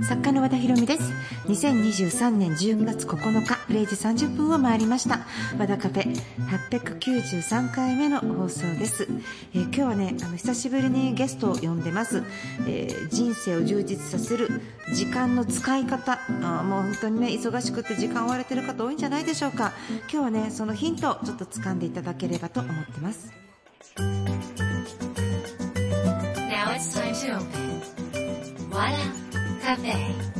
作家の和田博美です。2023年12月9日0時30分を回りました。和田カフェ893回目の放送です。今日はね、久しぶりにゲストを呼んでます。人生を充実させる時間の使い方、もう本当にね、忙しくて時間を追われてる方多いんじゃないでしょうか。今日はね、そのヒントをちょっと掴んでいただければと思ってます。 Now it's time to open Wada Cafe。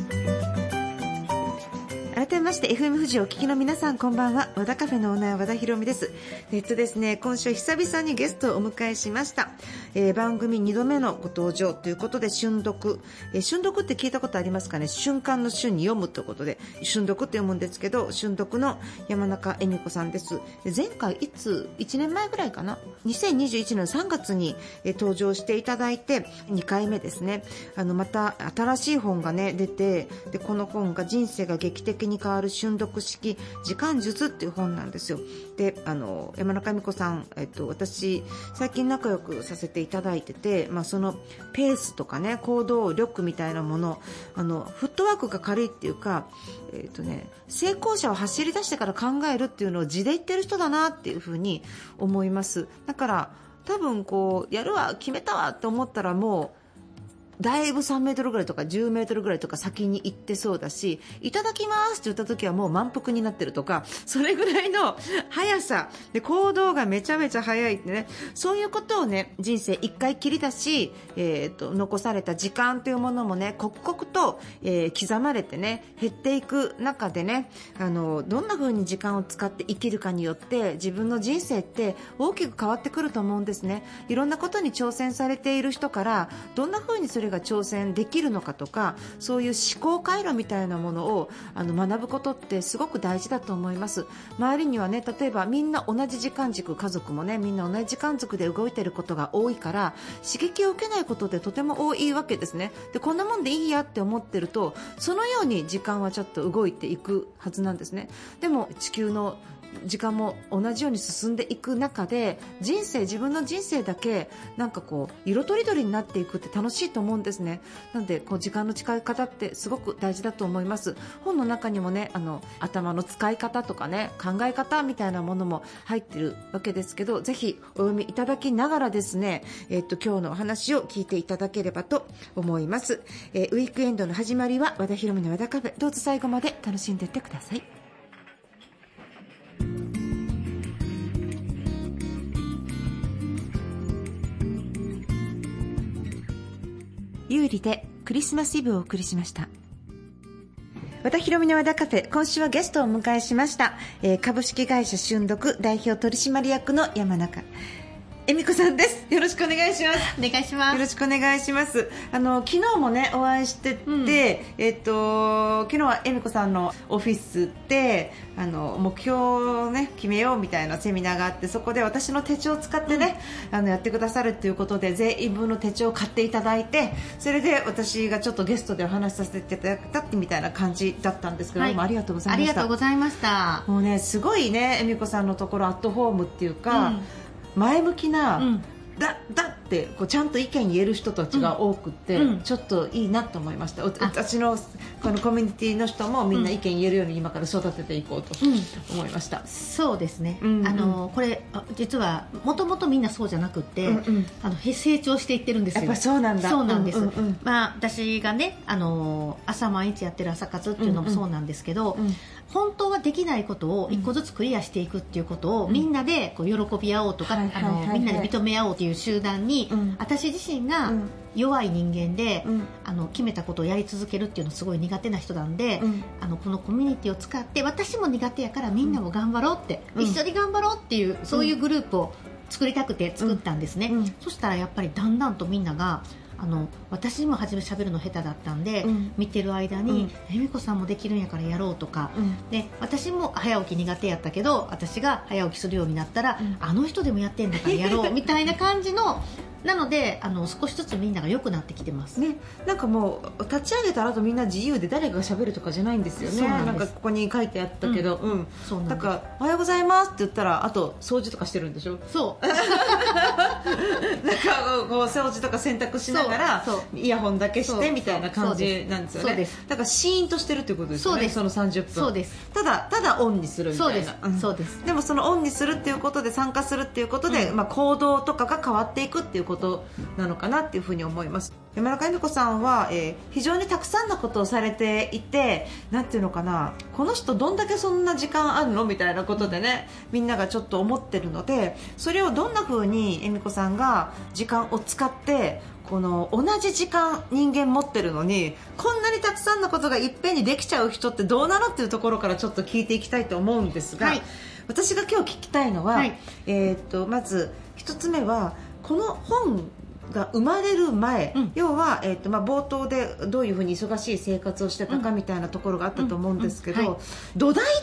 改めまして FM 富士をお聞きの皆さん、こんばんは。和田カフェのオーナー和田博美です。ですね、今週久々にゲストをお迎えしました。番組2度目のご登場ということで、瞬読、瞬読って聞いたことありますかね。瞬間の瞬に読むということで瞬読って読むんですけど、瞬読の山中恵美子さんです。前回1年前ぐらいかな、2021年3月に登場していただいて2回目ですね。また新しい本がね出て、でこの本が人生が劇的に変わる瞬読式時間術っていう本なんですよ。で山中恵美子さん、私最近仲良くさせていただいてて、そのペースとかね、行動力みたいなもの、フットワークが軽いっていうか、成功者を走り出してから考えるっていうのを字で言ってる人だなっていうふうに思います。だから多分こうやるわ、決めたわって思ったら、もうだいぶ3メートルぐらいとか10メートルぐらいとか先に行ってそうだし、いただきますって言った時はもう満腹になってるとか、それぐらいの速さで行動がめちゃめちゃ速いってね、そういうことをね、人生一回きりだし、残された時間というものもね、刻々と、刻まれてね、減っていく中でね、どんな風に時間を使って生きるかによって自分の人生って大きく変わってくると思うんですね。いろんなことに挑戦されている人から、どんな風にそれが挑戦できるのかとか、そういう思考回路みたいなものを学ぶことってすごく大事だと思います。周りにはね、例えばみんな同じ時間軸、家族もね、みんな同じ時間軸で動いていることが多いから、刺激を受けないことでとても多いわけですね。でこんなもんでいいやって思ってると、そのように時間はちょっと動いていくはずなんですね。でも地球の時間も同じように進んでいく中で、自分の人生だけなんかこう色とりどりになっていくって楽しいと思うんですね。なのでこう時間の使い方ってすごく大事だと思います。本の中にもね、頭の使い方とかね、考え方みたいなものも入ってるわけですけど、ぜひお読みいただきながらですね、今日のお話を聞いていただければと思います。ウィークエンドの始まりは和田博美の和田カフェ、どうぞ最後まで楽しんでいってください。有利でクリスマスイブをお送りしました。和田博美の和田カフェ、今週はゲストをお迎えしました。株式会社瞬読代表取締役の山中恵美子さんです。よろしくお願いします。 お願いします。 よろしくお願いします。昨日もねお会いしてて、昨日は恵美子さんのオフィスで目標をね決めようみたいなセミナーがあって、そこで私の手帳を使ってね、やってくださるということで全員分の手帳を買っていただいて、それで私がちょっとゲストでお話しさせていただいたってみたいな感じだったんですけど、ありがとうございました。 ありがとうございました。 もうね、すごいね、恵美子さんのところアットホームっていうか、前向きな、だってこうちゃんと意見言える人たちが多くって、ちょっといいなと思いました。私のこのコミュニティの人もみんな意見言えるように今から育てていこうと思いました。 そうですね、これ実はもともとみんなそうじゃなくって、成長していってるんですよ。 やっぱそうなんだ。 そうなんです。私がね、朝毎日やってる朝活っていうのもそうなんですけど、本当はできないことを一個ずつクリアしていくっていうことを、みんなでこう喜び合おうとか、みんなで認め合おうという集団に、私自身が弱い人間で、決めたことをやり続けるっていうのすごい苦手な人なんで、このコミュニティを使って、私も苦手やからみんなも頑張ろうって、一緒に頑張ろうっていう、そういうグループを作りたくて作ったんですね。そしたらやっぱりだんだんとみんなが私も初め喋るの下手だったんで、見てる間に恵美子さんもできるんやからやろうとか、で私も早起き苦手やったけど、私が早起きするようになったら、あの人でもやってんだからやろうみたいな感じのなので少しずつみんなが良くなってきてますね。なんかもう立ち上げた後みんな自由で誰かが喋るとかじゃないんですよね。なんかここに書いてあったけど、 そうなんです。 だからおはようございますって言ったらあと掃除とかしてるんでしょ。 そうなんかこう掃除とか洗濯しなながらそうイヤホンだけしてみたいな感じなんですよね。 そうです。 だからシーンとしてるっていうことですよね。その30分。 そうです。 ただオンにするみたいな。 そうです。 でもそのオンにするっていうことで、参加するっていうことで、行動とかが変わっていくっていうことなのかなっていうふうに思います。山中由美子さんは、非常にたくさんのことをされていて、なんていうのかな、この人どんだけそんな時間あるのみたいなことでね、みんながちょっと思ってるので、それをどんな風に恵美子さんが時間を使って、この同じ時間人間持ってるのにこんなにたくさんのことがいっぺんにできちゃう人ってどうなのっていうところからちょっと聞いていきたいと思うんですが、私が今日聞きたいのは、まず一つ目はこの本が生まれる前、要は、冒頭でどういうふうに忙しい生活をしてたかみたいなところがあったと思うんですけど、土台って、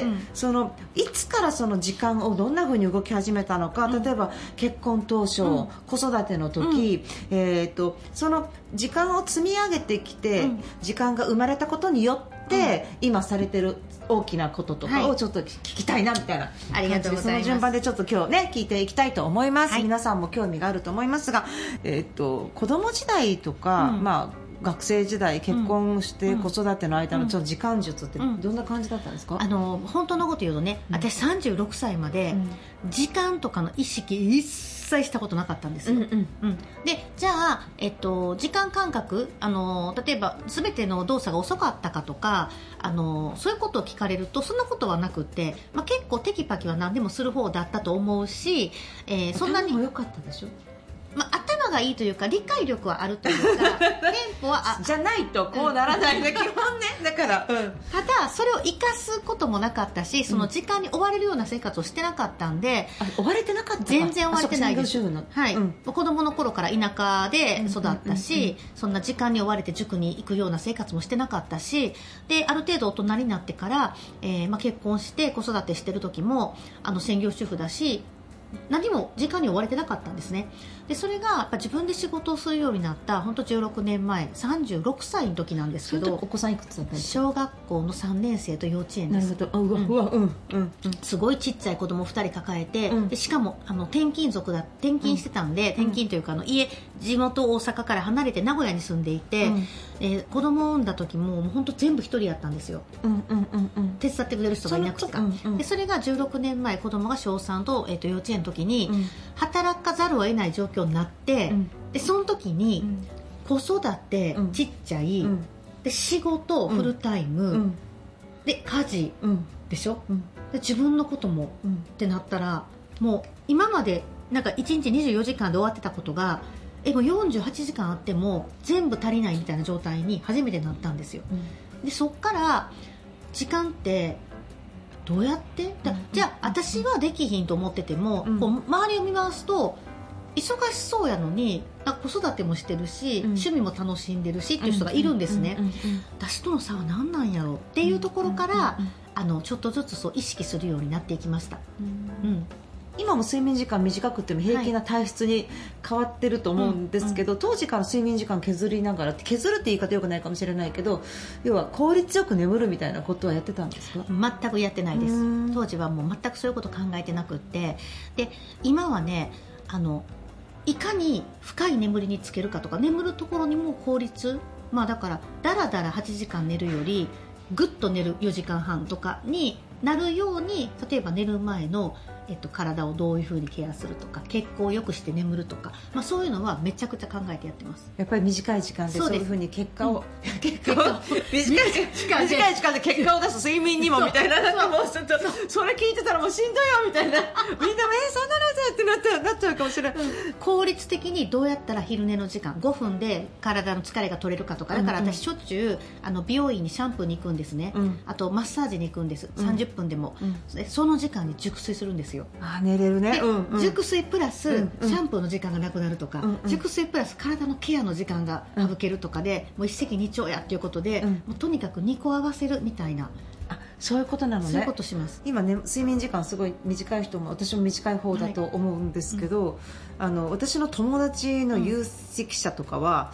そのいつからその時間をどんなふうに動き始めたのか、例えば結婚当初、子育ての時、その時間を積み上げてきて、時間が生まれたことによって今されてる大きなこととかをちょっと聞きたいなみたいな感じで、その順番でちょっと今日ね聞いていきたいと思います。皆さんも興味があると思いますが、子供時代とか、学生時代、結婚して子育ての間のちょっと時間術ってどんな感じだったんですか？ 本当のこと言うとね、私36歳まで時間とかの意識一切したことなかったんですよ。でじゃあ、時間感覚、例えば全ての動作が遅かったかとか、そういうことを聞かれるとそんなことはなくて、結構テキパキは何でもする方だったと思うし、そんなに頭も良かったでしょ？ 頭がいいというか理解力はあるというかテンポはじゃないとこうならないの、基本ね。だから、 ただそれを生かすこともなかったし、その時間に追われるような生活をしてなかったんで、 追われてなかったか。 全然追われてないです。はい、子供の頃から田舎で育ったし、そんな時間に追われて塾に行くような生活もしてなかったし、である程度大人になってから、結婚して子育てしてる時も専業主婦だし、何も時間に追われてなかったんですね。でそれがやっぱ自分で仕事をするようになった本当16年前、36歳の時なんですけど、 お子さんいくつだったんですか？ 小学校の3年生と幼稚園です。すごいちっちゃい子供2人抱えて、でしかも転勤してたんで、転勤というか地元大阪から離れて名古屋に住んでいて、子供を産んだ時も本当全部一人やったんですよ。手伝ってくれる人がいなくて、でそれが16年前、子供が小3と、幼稚園の時に働かざるを得ない状況になって、でその時に子育て、ちっちゃい、で仕事フルタイム、で家事、でしょ、で自分のことも、ってなったら、もう今までなんか1日24時間で終わってたことがもう48時間あっても全部足りないみたいな状態に初めてなったんですよ。でそっから時間ってどうやってじゃあ私はできひんと思ってても、こう周りを見回すと忙しそうやのに子育てもしてるし、趣味も楽しんでるしっていう人がいるんですね。私との差は何なんやろうっていうところから、ちょっとずつそう意識するようになっていきました。 今も睡眠時間短くても平気な体質に変わってると思うんですけど、当時から睡眠時間削りながら、削るって言い方よくないかもしれないけど、要は効率よく眠るみたいなことはやってたんですか？ 全くやってないです。当時はもう全くそういうこと考えてなくって、で今はね、いかに深い眠りにつけるかとか、眠るところにも効率、だからだらだら8時間寝るよりぐっと寝る4時間半とかになるように、例えば寝る前の体をどういう風にケアするとか、血行を良くして眠るとか、そういうのはめちゃくちゃ考えてやってます。 やっぱり短い時間でそういう風に短い時間で結果を出す、睡眠にもみたいな、なんかもうちょっとそれ聞いてたらもうしんどいよみたいな、みんなそんなのってなっちゃうかもしれない。 効率的にどうやったら昼寝の時間5分で体の疲れが取れるかとか、だから私しょっちゅう美容院にシャンプーに行くんですね。あとマッサージに行くんです。30分でも、その時間に熟睡するんですよ。 寝れるね。 熟睡プラスシャンプーの時間がなくなるとか、熟睡プラス体のケアの時間が省けるとかで、もう一石二鳥やっていうことで、もうとにかく2個合わせるみたいな。 そういうことなのね。 そういうことします。 今ね、睡眠時間すごい短い人も、私も短い方だと思うんですけど、私の友達の有識者とかは、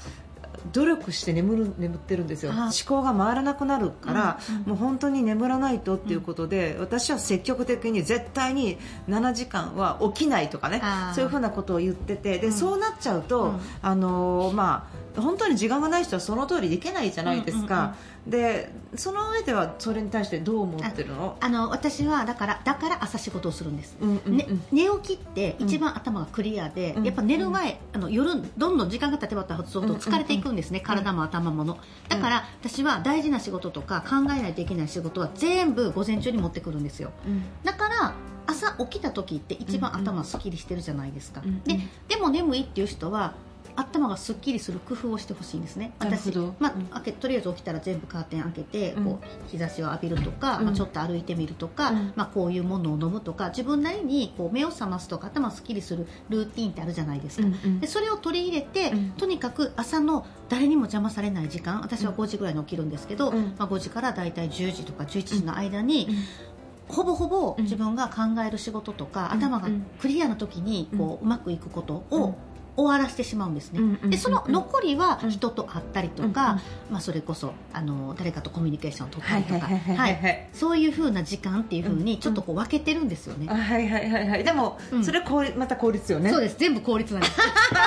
努力して眠ってるんですよ。思考が回らなくなるから、もう本当に眠らないとっていうことで、私は積極的に絶対に7時間は起きないとかね、そういうふうなことを言ってて、でそうなっちゃうと、本当に時間がない人はその通りできないじゃないですか。でその上ではそれに対してどう思ってるの？ 私はだから朝仕事をするんです。寝起きって一番頭がクリアで、やっぱ寝る前、夜どんどん時間が経てば経つほど疲れていくんですね、体も頭もの。だから私は大事な仕事とか考えないといけない仕事は全部午前中に持ってくるんですよ。だから朝起きた時って一番頭すっきりしてるじゃないですか。でも眠いっていう人は頭がすっきりする工夫をしてほしいんですね。私、とりあえず起きたら全部カーテン開けて、こう日差しを浴びるとか、ちょっと歩いてみるとか、こういうものを飲むとか、自分なりにこう目を覚ますとか頭すっきりするルーティンってあるじゃないですか。でそれを取り入れて、とにかく朝の誰にも邪魔されない時間、私は5時ぐらいに起きるんですけど、5時からだいたい10時とか11時の間に、ほぼほぼ自分が考える仕事とか、頭がクリアな時にこううまくいくことを終わらせてしまうんですね。でその残りは人と会ったりとか、それこそ誰かとコミュニケーションを取ったりとか、そういう風な時間っていう風にちょっとこう分けてるんですよね。 でも、それまた効率よね。 そうです、全部効率なんです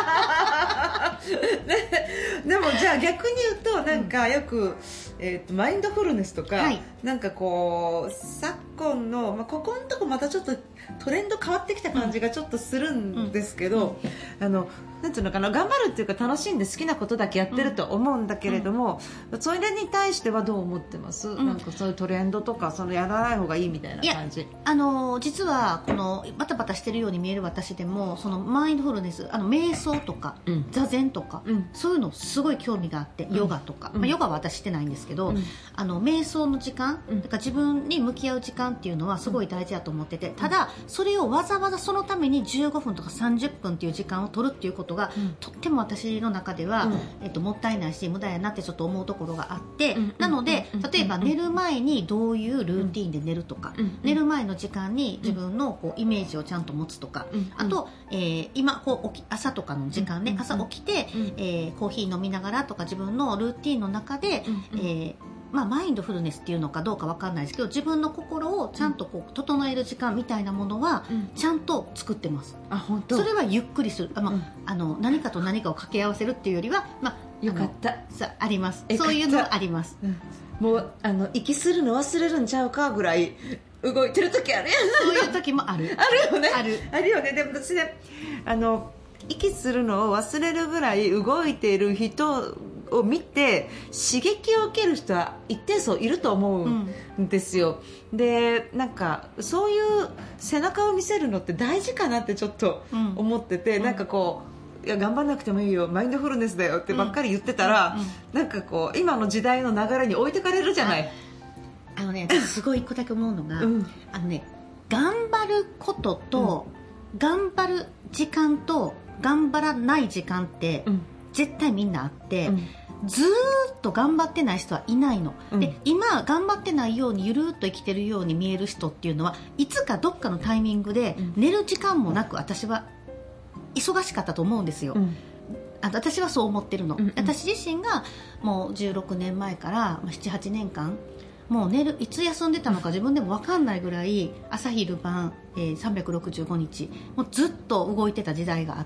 でもじゃあ逆に言うと、なんかよく、マインドフルネスとか、なんかこう昨今の、ここのとこまたちょっとトレンド変わってきた感じがちょっとするんですけど、なんていうのかな、頑張るっていうか楽しんで好きなことだけやってると思うんだけれども、それに対してはどう思ってます？なんかそういうトレンドとか、そのやらない方がいいみたいな感じ。 実はこのバタバタしてるように見える私でも、そのマインドフルネス、瞑想とか、座禅とか、そういうのすごい興味があって、ヨガとか、ヨガは私してないんですけど、瞑想の時間、だから自分に向き合う時間っていうのはすごい大事だと思ってて、ただそれをわざわざそのために15分とか30分っていう時間を取るっていうことが、とっても私の中では、もったいないし無駄やなってちょっと思うところがあって、なので例えば寝る前にどういうルーティンで寝るとか、寝る前の時間に自分のこうイメージをちゃんと持つとか、あと、今こう朝とかの時間ね、朝起きて、コーヒー飲みながらとか、自分のルーティンの中で、マインドフルネスっていうのかどうかわかんないですけど、自分の心をちゃんとこう整える時間みたいなものはちゃんと作ってます。 本当？ それはゆっくりする、何かと何かを掛け合わせるっていうよりは、 よかった。 あります。そういうのはあります。 もう息するの忘れるんちゃうかぐらい動いてる時あるやん。 そういう時もある。 あるよね。あるよね。でも私ね、息するのを忘れるぐらい動いている人を見て刺激を受ける人は一定数いると思うんですよ。でなんかそういう背中を見せるのって大事かなってちょっと思ってて、なんかこう、いや頑張んなくてもいいよ、マインドフルネスだよってばっかり言ってたら、なんかこう今の時代の流れに置いてかれるじゃない。 すごい一個だけ思うのが、頑張ることと、頑張る時間と頑張らない時間って絶対みんなあって、ずーっと頑張ってない人はいないの、で今頑張ってないようにゆるーっと生きてるように見える人っていうのは、いつかどっかのタイミングで寝る時間もなく、私は忙しかったと思うんですよ。私はそう思ってるの。私自身がもう16年前から7、8年間もういつ休んでたのか自分でも分かんないぐらい、朝昼晩、365日もうずっと動いてた時代があって、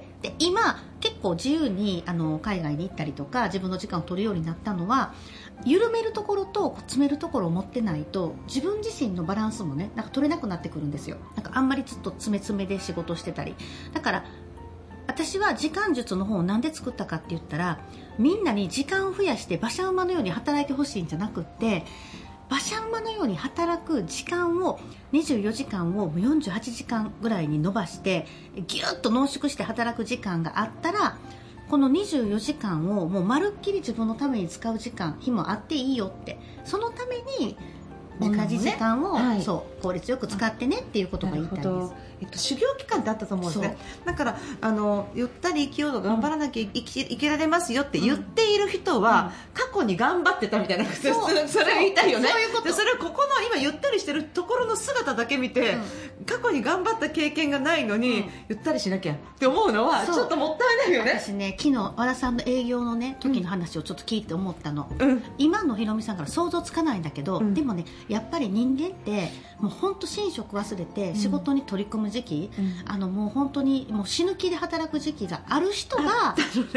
で今結構自由に海外に行ったりとか自分の時間を取るようになったのは、緩めるところと詰めるところを持ってないと自分自身のバランスもね、なんか取れなくなってくるんですよ。なんかあんまりずっと詰めで仕事してたり、だから私は時間術の本をなんで作ったかって言ったら、みんなに時間を増やして馬車馬のように働いてほしいんじゃなくって、馬車馬のように働く時間を24時間を48時間ぐらいに伸ばしてギュッと濃縮して働く時間があったら、この24時間をもうまるっきり自分のために使う日もあっていいよって、そのために同じ時間を、そう効率よく使ってねっていうことが言いたいです。 修行期間ってあったと思うんですね。だからゆったり生きようと頑張らなきゃ生きられますよって言っている人は、過去に頑張ってたみたいな、それ言いたいよね。 そういうこと。 でそれをここの今ゆったりしてるところの姿だけ見て、過去に頑張った経験がないのに、ゆったりしなきゃって思うのはちょっともったいないよね。 私ね、昨日和田さんの営業のね時の話をちょっと聞いて思ったの、今のひろみさんから想像つかないんだけど、でもね、やっぱり人間ってもう本当寝食忘れて仕事に取り組む時期、もう本当にもう死ぬ気で働く時期がある人があるから、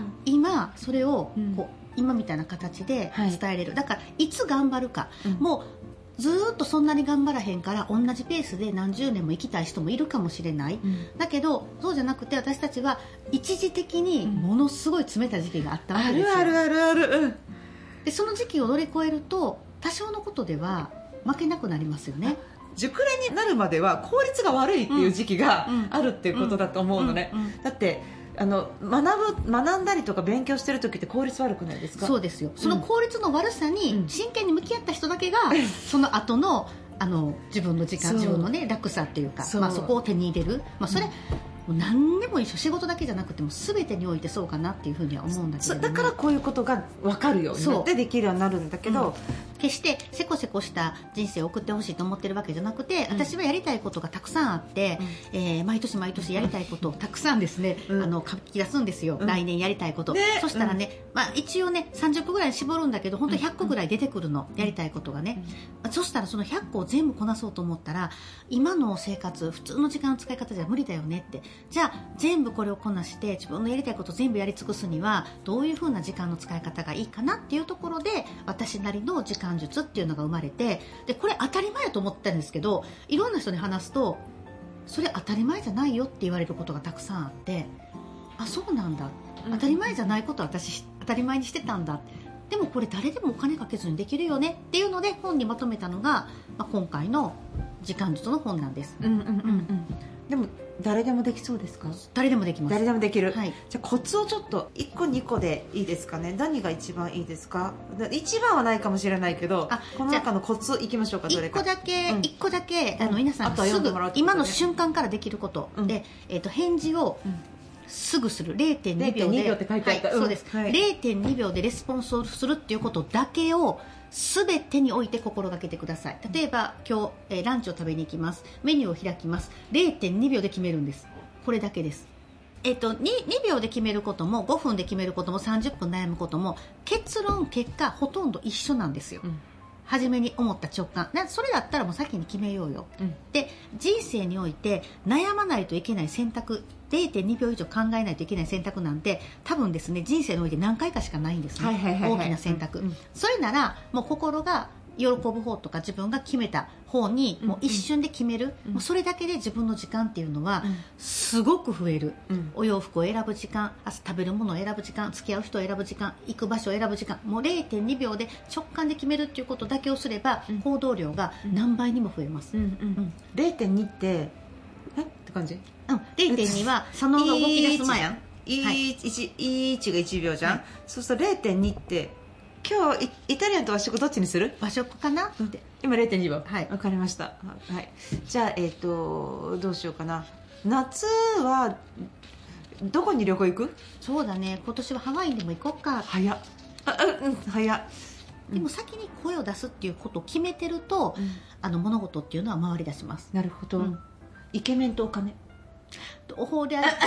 今それをこう今みたいな形で伝えれる、だからいつ頑張るか、もうずーっとそんなに頑張らへんから同じペースで何十年も生きたい人もいるかもしれない、だけどそうじゃなくて、私たちは一時的にものすごい詰めた時期があったわけですよ。 ある、 でその時期を乗り越えると多少のことでは負けなくなりますよね。 熟練になるまでは効率が悪いっていう時期があるっていうことだと思うのね。だって学んだりとか勉強してる時って効率悪くないですか？ そうですよ。その効率の悪さに真剣に向き合った人だけが、その後の自分の時間、自分のね楽さっていうか、そこを手に入れる、それもう何でも一緒、仕事だけじゃなくても全てにおいてそうかなっていうふうには思うんだけれども、 だからこういうことが分かるようになってできるようになるんだけど、 決してせこせこした人生を送ってほしいと思ってるわけじゃなくて、私はやりたいことがたくさんあって、毎年毎年やりたいことをたくさんですね、書き出すんですよ、来年やりたいこと、そしたらね、一応ね30個ぐらい絞るんだけど、本当に100個ぐらい出てくるの、やりたいことがね、そしたらその100個を全部こなそうと思ったら、今の生活普通の時間の使い方じゃ無理だよねって、じゃあ全部これをこなして自分のやりたいことを全部やり尽くすにはどういう風な時間の使い方がいいかなっていうところで、私なりの時間術っていうのが生まれて、でこれ当たり前だと思ってたんですけど、いろんな人に話すとそれ当たり前じゃないよって言われることがたくさんあって、あ、そうなんだ、当たり前じゃないことを私当たり前にしてたんだ、でもこれ誰でもお金かけずにできるよねっていうので本にまとめたのが、今回の時間術の本なんです。 でも誰でもできそうですか？ 誰でもできます。 誰でもできる、 はい、 じゃあコツをちょっと1個2個でいいですかね。何が一番いいですか？一番はないかもしれないけど、この中のコツいきましょうか。どれか 1個だけ、皆さんがすぐ今の瞬間からできることで、返事をすぐする、0.2秒で、 って書いてあった、 そうです、0.2 秒でレスポンスをするっていうことだけを全てにおいて心がけてください。例えば今日、ランチを食べに行きます、メニューを開きます、0.2 秒で決めるんです。これだけです。2秒で決めることも5分で決めることも30分悩むことも、結論結果ほとんど一緒なんですよ、初めに思った直感。それだったらもう先に決めようよ、で人生において悩まないといけない選択、0.2 秒以上考えないといけない選択なんて多分ですね、人生において何回かしかないんですね、大きな選択、それならもう心が喜ぶ方とか自分が決めた方にもう一瞬で決める、もうそれだけで自分の時間っていうのはすごく増える、お洋服を選ぶ時間、食べるものを選ぶ時間、付き合う人を選ぶ時間、行く場所を選ぶ時間、もう 0.2 秒で直感で決めるっていうことだけをすれば、行動量が何倍にも増えます。 0.2 ってって感じ。 0.2 は左脳が動き出す前やん。 1が1秒じゃん、そうすると 0.2 って今日イタリアンと和食どっちにする？ 和食かなって、 今 0.2 秒、 はい、 分かりました、はい、じゃあどうしようかな。夏はどこに旅行行く？ そうだね、今年はハワイにでも行こうか。 早っ、早っ。 でも先に声を出すっていうことを決めてると、物事っていうのは回り出します。 なるほど、イケメンとお金両方である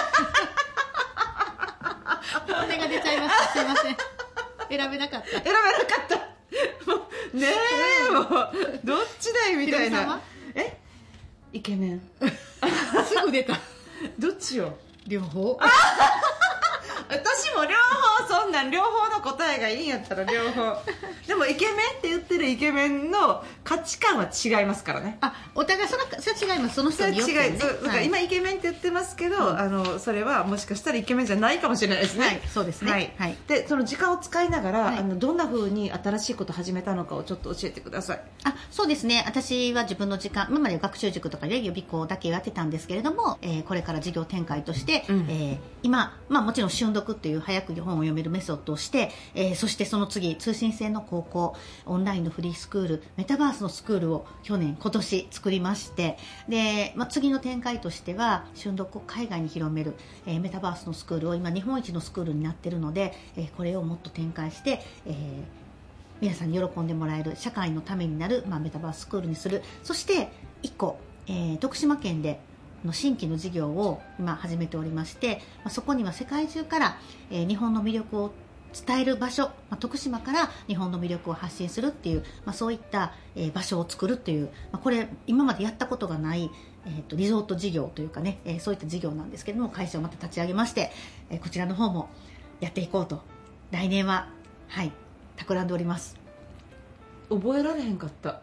お金が出ちゃいました、すいません、選べなかったもうねえ、もうどっちだいみたいな。イケメンすぐ出たどっちよ？ 両方私も両方、そんなん両方の答えがいいんやったら両方でもイケメンって言ってるイケメンの価値観は違いますからね。 お互いそれは違います。その人によってね、 だから今イケメンって言ってますけど、それはもしかしたらイケメンじゃないかもしれないですね。 はい、そうですね、はい、 でその時間を使いながら、どんな風に新しいことを始めたのかをちょっと教えてください。 そうですね、私は自分の時間、今まで学習塾とかで予備校だけやってたんですけれども、これから事業展開として、今、もちろん瞬読っていう早く本を読めるメソッソッドをして、そしてその次通信制の高校オンラインのフリースクールメタバースのスクールを今年作りまして、で、次の展開としては瞬読を海外に広める、メタバースのスクールを今日本一のスクールになっているので、これをもっと展開して、皆さんに喜んでもらえる社会のためになる、メタバーススクールにする。そして1個、徳島県での新規の事業を今始めておりまして、そこには世界中から、日本の魅力を伝える場所、徳島から日本の魅力を発信するっていう、そういった、場所を作るっていう、これ今までやったことがない、リゾート事業というかね、そういった事業なんですけども、会社をまた立ち上げまして、こちらの方もやっていこうと来年は企んでおります。 覚えられへんかった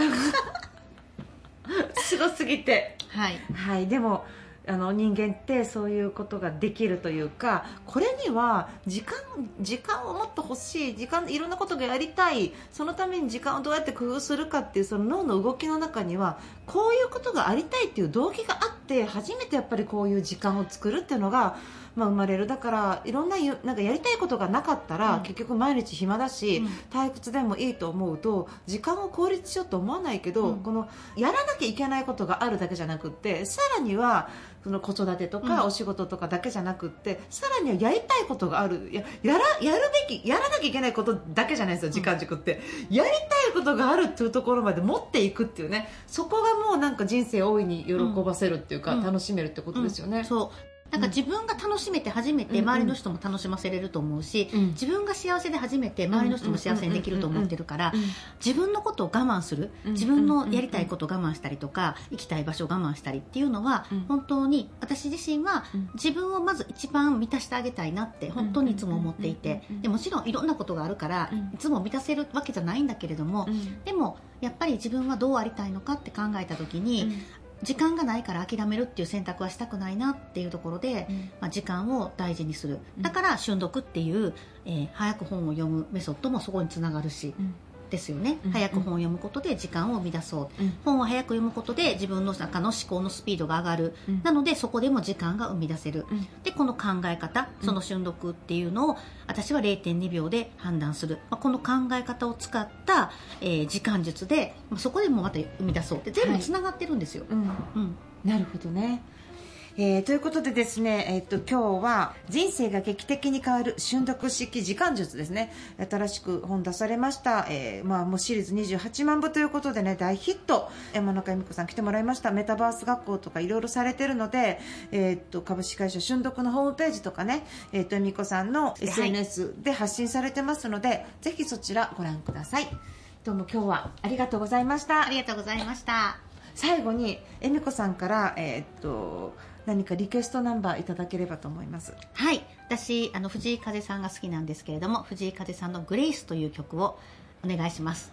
すごすぎて、でも人間ってそういうことができるというか、これには時間をもっと欲しい、いろんなことがやりたい、そのために時間をどうやって工夫するかっていうその脳の動きの中にはこういうことがありたいっていう動機があって初めてやっぱりこういう時間を作るっていうのが生まれる。だからいろんななんかやりたいことがなかったら、結局毎日暇だし、退屈でもいいと思うと時間を効率しようと思わないけど、このやらなきゃいけないことがあるだけじゃなくって、さらにはその子育てとかお仕事とかだけじゃなくって、さらにはやりたいことがある、やらなきゃいけないことだけじゃないですよ、時間軸って。やりたいことがあるっていうところまで持っていくっていうね、そこがもうなんか人生を大いに喜ばせるっていうか、楽しめるってことですよね。 そうなんか自分が楽しめて初めて周りの人も楽しませれると思うし、自分が幸せで初めて周りの人も幸せにできると思ってるから、自分のことを我慢する、自分のやりたいことを我慢したりとか行きたい場所を我慢したりっていうのは、本当に私自身は自分をまず一番満たしてあげたいなって本当にいつも思っていて、でもちろんいろんなことがあるからいつも満たせるわけじゃないんだけれども、でもやっぱり自分はどうありたいのかって考えた時に、時間がないから諦めるっていう選択はしたくないなっていうところで、時間を大事にする。だから瞬読っていう、早く本を読むメソッドもそこにつながるし、ですよね。早く本を読むことで時間を生み出そう、本を早く読むことで自分の中の思考のスピードが上がる、なのでそこでも時間が生み出せる、でこの考え方、その瞬読っていうのを私は 0.2 秒で判断する、この考え方を使った、時間術で、そこでもまた生み出そうって全部つながってるんですよ。 なるほどね。ということでですね、今日は人生が劇的に変わる瞬読式時間術ですね。新しく本出されました。もうシリーズ28万部ということでね、大ヒット。山中由美子さん来てもらいました。メタバース学校とかいろいろされてるので、株式会社瞬読のホームページとかね、由美子さんの SNS で発信されてますので、ぜひそちらご覧ください。どうも今日はありがとうございました。 ありがとうございました。 最後に恵美子さんから、何かリクエストナンバーいただければと思います。 はい、私藤井風さんが好きなんですけれども、藤井風さんのグレイスという曲をお願いします。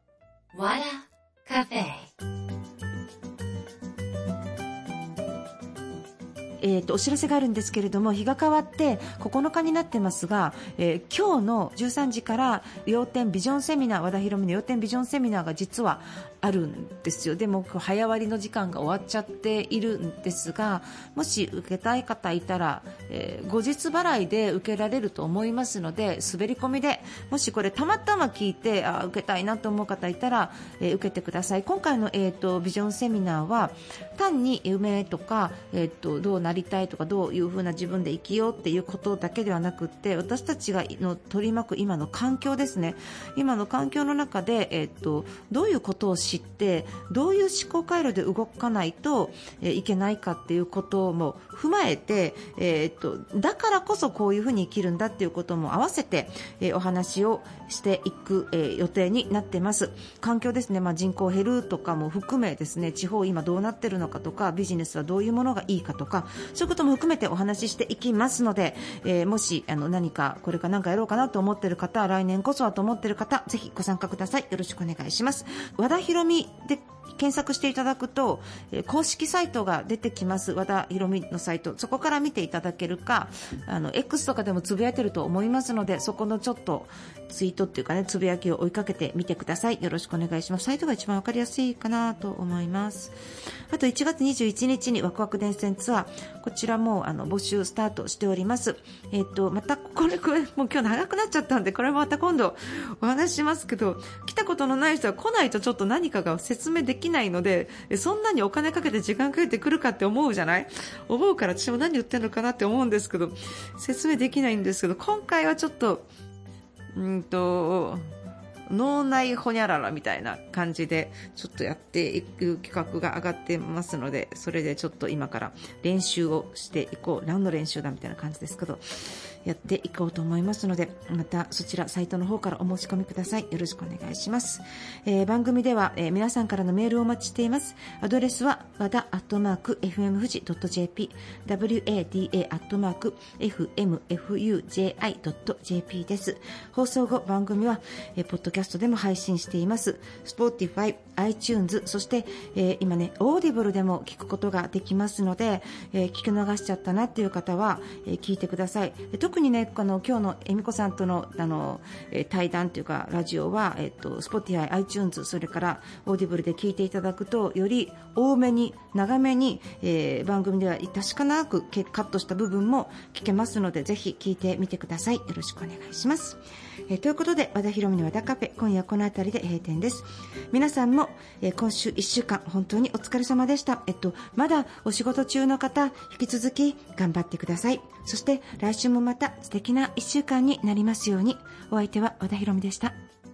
Wada Cafe。 お知らせがあるんですけれども、日が変わって9日になってますが、今日の13時から要点ビジョンセミナー、和田博美の要点ビジョンセミナーが実はあるんですよ。でも早割りの時間が終わっちゃっているんですが、もし受けたい方いたら、後日払いで受けられると思いますので、滑り込みでもしこれたまたま聞いて受けたいなと思う方いたら、受けてください。今回の、ビジョンセミナーは単に夢とか、どうなりたいとかどういうふうな自分で生きようっていうことだけではなくって、私たちが取り巻く今の環境ですね。今の環境の中で、どういうことを知ってどういう思考回路で動かないと、いけないかっていうことも踏まえて、だからこそこういうふうに生きるんだっていうことも合わせて、お話をしていく、予定になっています。環境ですね、人口減るとかも含めですね、地方今どうなってるのかとか、ビジネスはどういうものがいいかとか、そういうことも含めてお話ししていきますので、もし何かこれか何かやろうかなと思っている方、来年こそはと思っている方、ぜひご参加ください。よろしくお願いします。和田博美で検索していただくと、公式サイトが出てきます。和田ひろみのサイト、そこから見ていただけるか、X とかでもつぶやいてると思いますので、そこのちょっとツイートっていうかね、つぶやきを追いかけてみてください。よろしくお願いします。サイトが一番わかりやすいかなと思います。あと1月21日にワクワク電線ツアー、こちらも募集スタートしております。またこれもう今日長くなっちゃったんで、これもまた今度お話ししますけど、来たことのない人は来ないとちょっと何かが説明できないので、そんなにお金かけて時間かけてくるかって思うじゃない？思うから私も何言ってるのかなって思うんですけど、説明できないんですけど、今回はちょっと脳内ホニャララみたいな感じでちょっとやっていく企画が上がってますので、それでちょっと今から練習をしていこう。何の練習だみたいな感じですけど、やっていこうと思いますので、またそちらサイトの方からお申し込みください。よろしくお願いします。番組では、皆さんからのメールをお待ちしています。アドレスは和田@fm fuji .jp wada@fmfuji.jp です。放送後番組は、ポッドキャストでも配信しています。Spotify、iTunes、そして、今ね、オーディブルでも聞くことができますので、聞き逃しちゃったなっていう方は、聞いてください。特にね、今日の恵美子さんとの対談というかラジオは、Spotify、iTunes、それからオーディブルで聞いていただくと、より多めに長めに、番組では確かなくカットした部分も聞けますので、ぜひ聞いてみてください。よろしくお願いします。ということで、和田ひろみの和田カフェ、今夜この辺りで閉店です。皆さんも、今週1週間本当にお疲れ様でした。まだお仕事中の方、引き続き頑張ってください。そして来週もまた素敵な1週間になりますように。お相手は和田ひろみでした。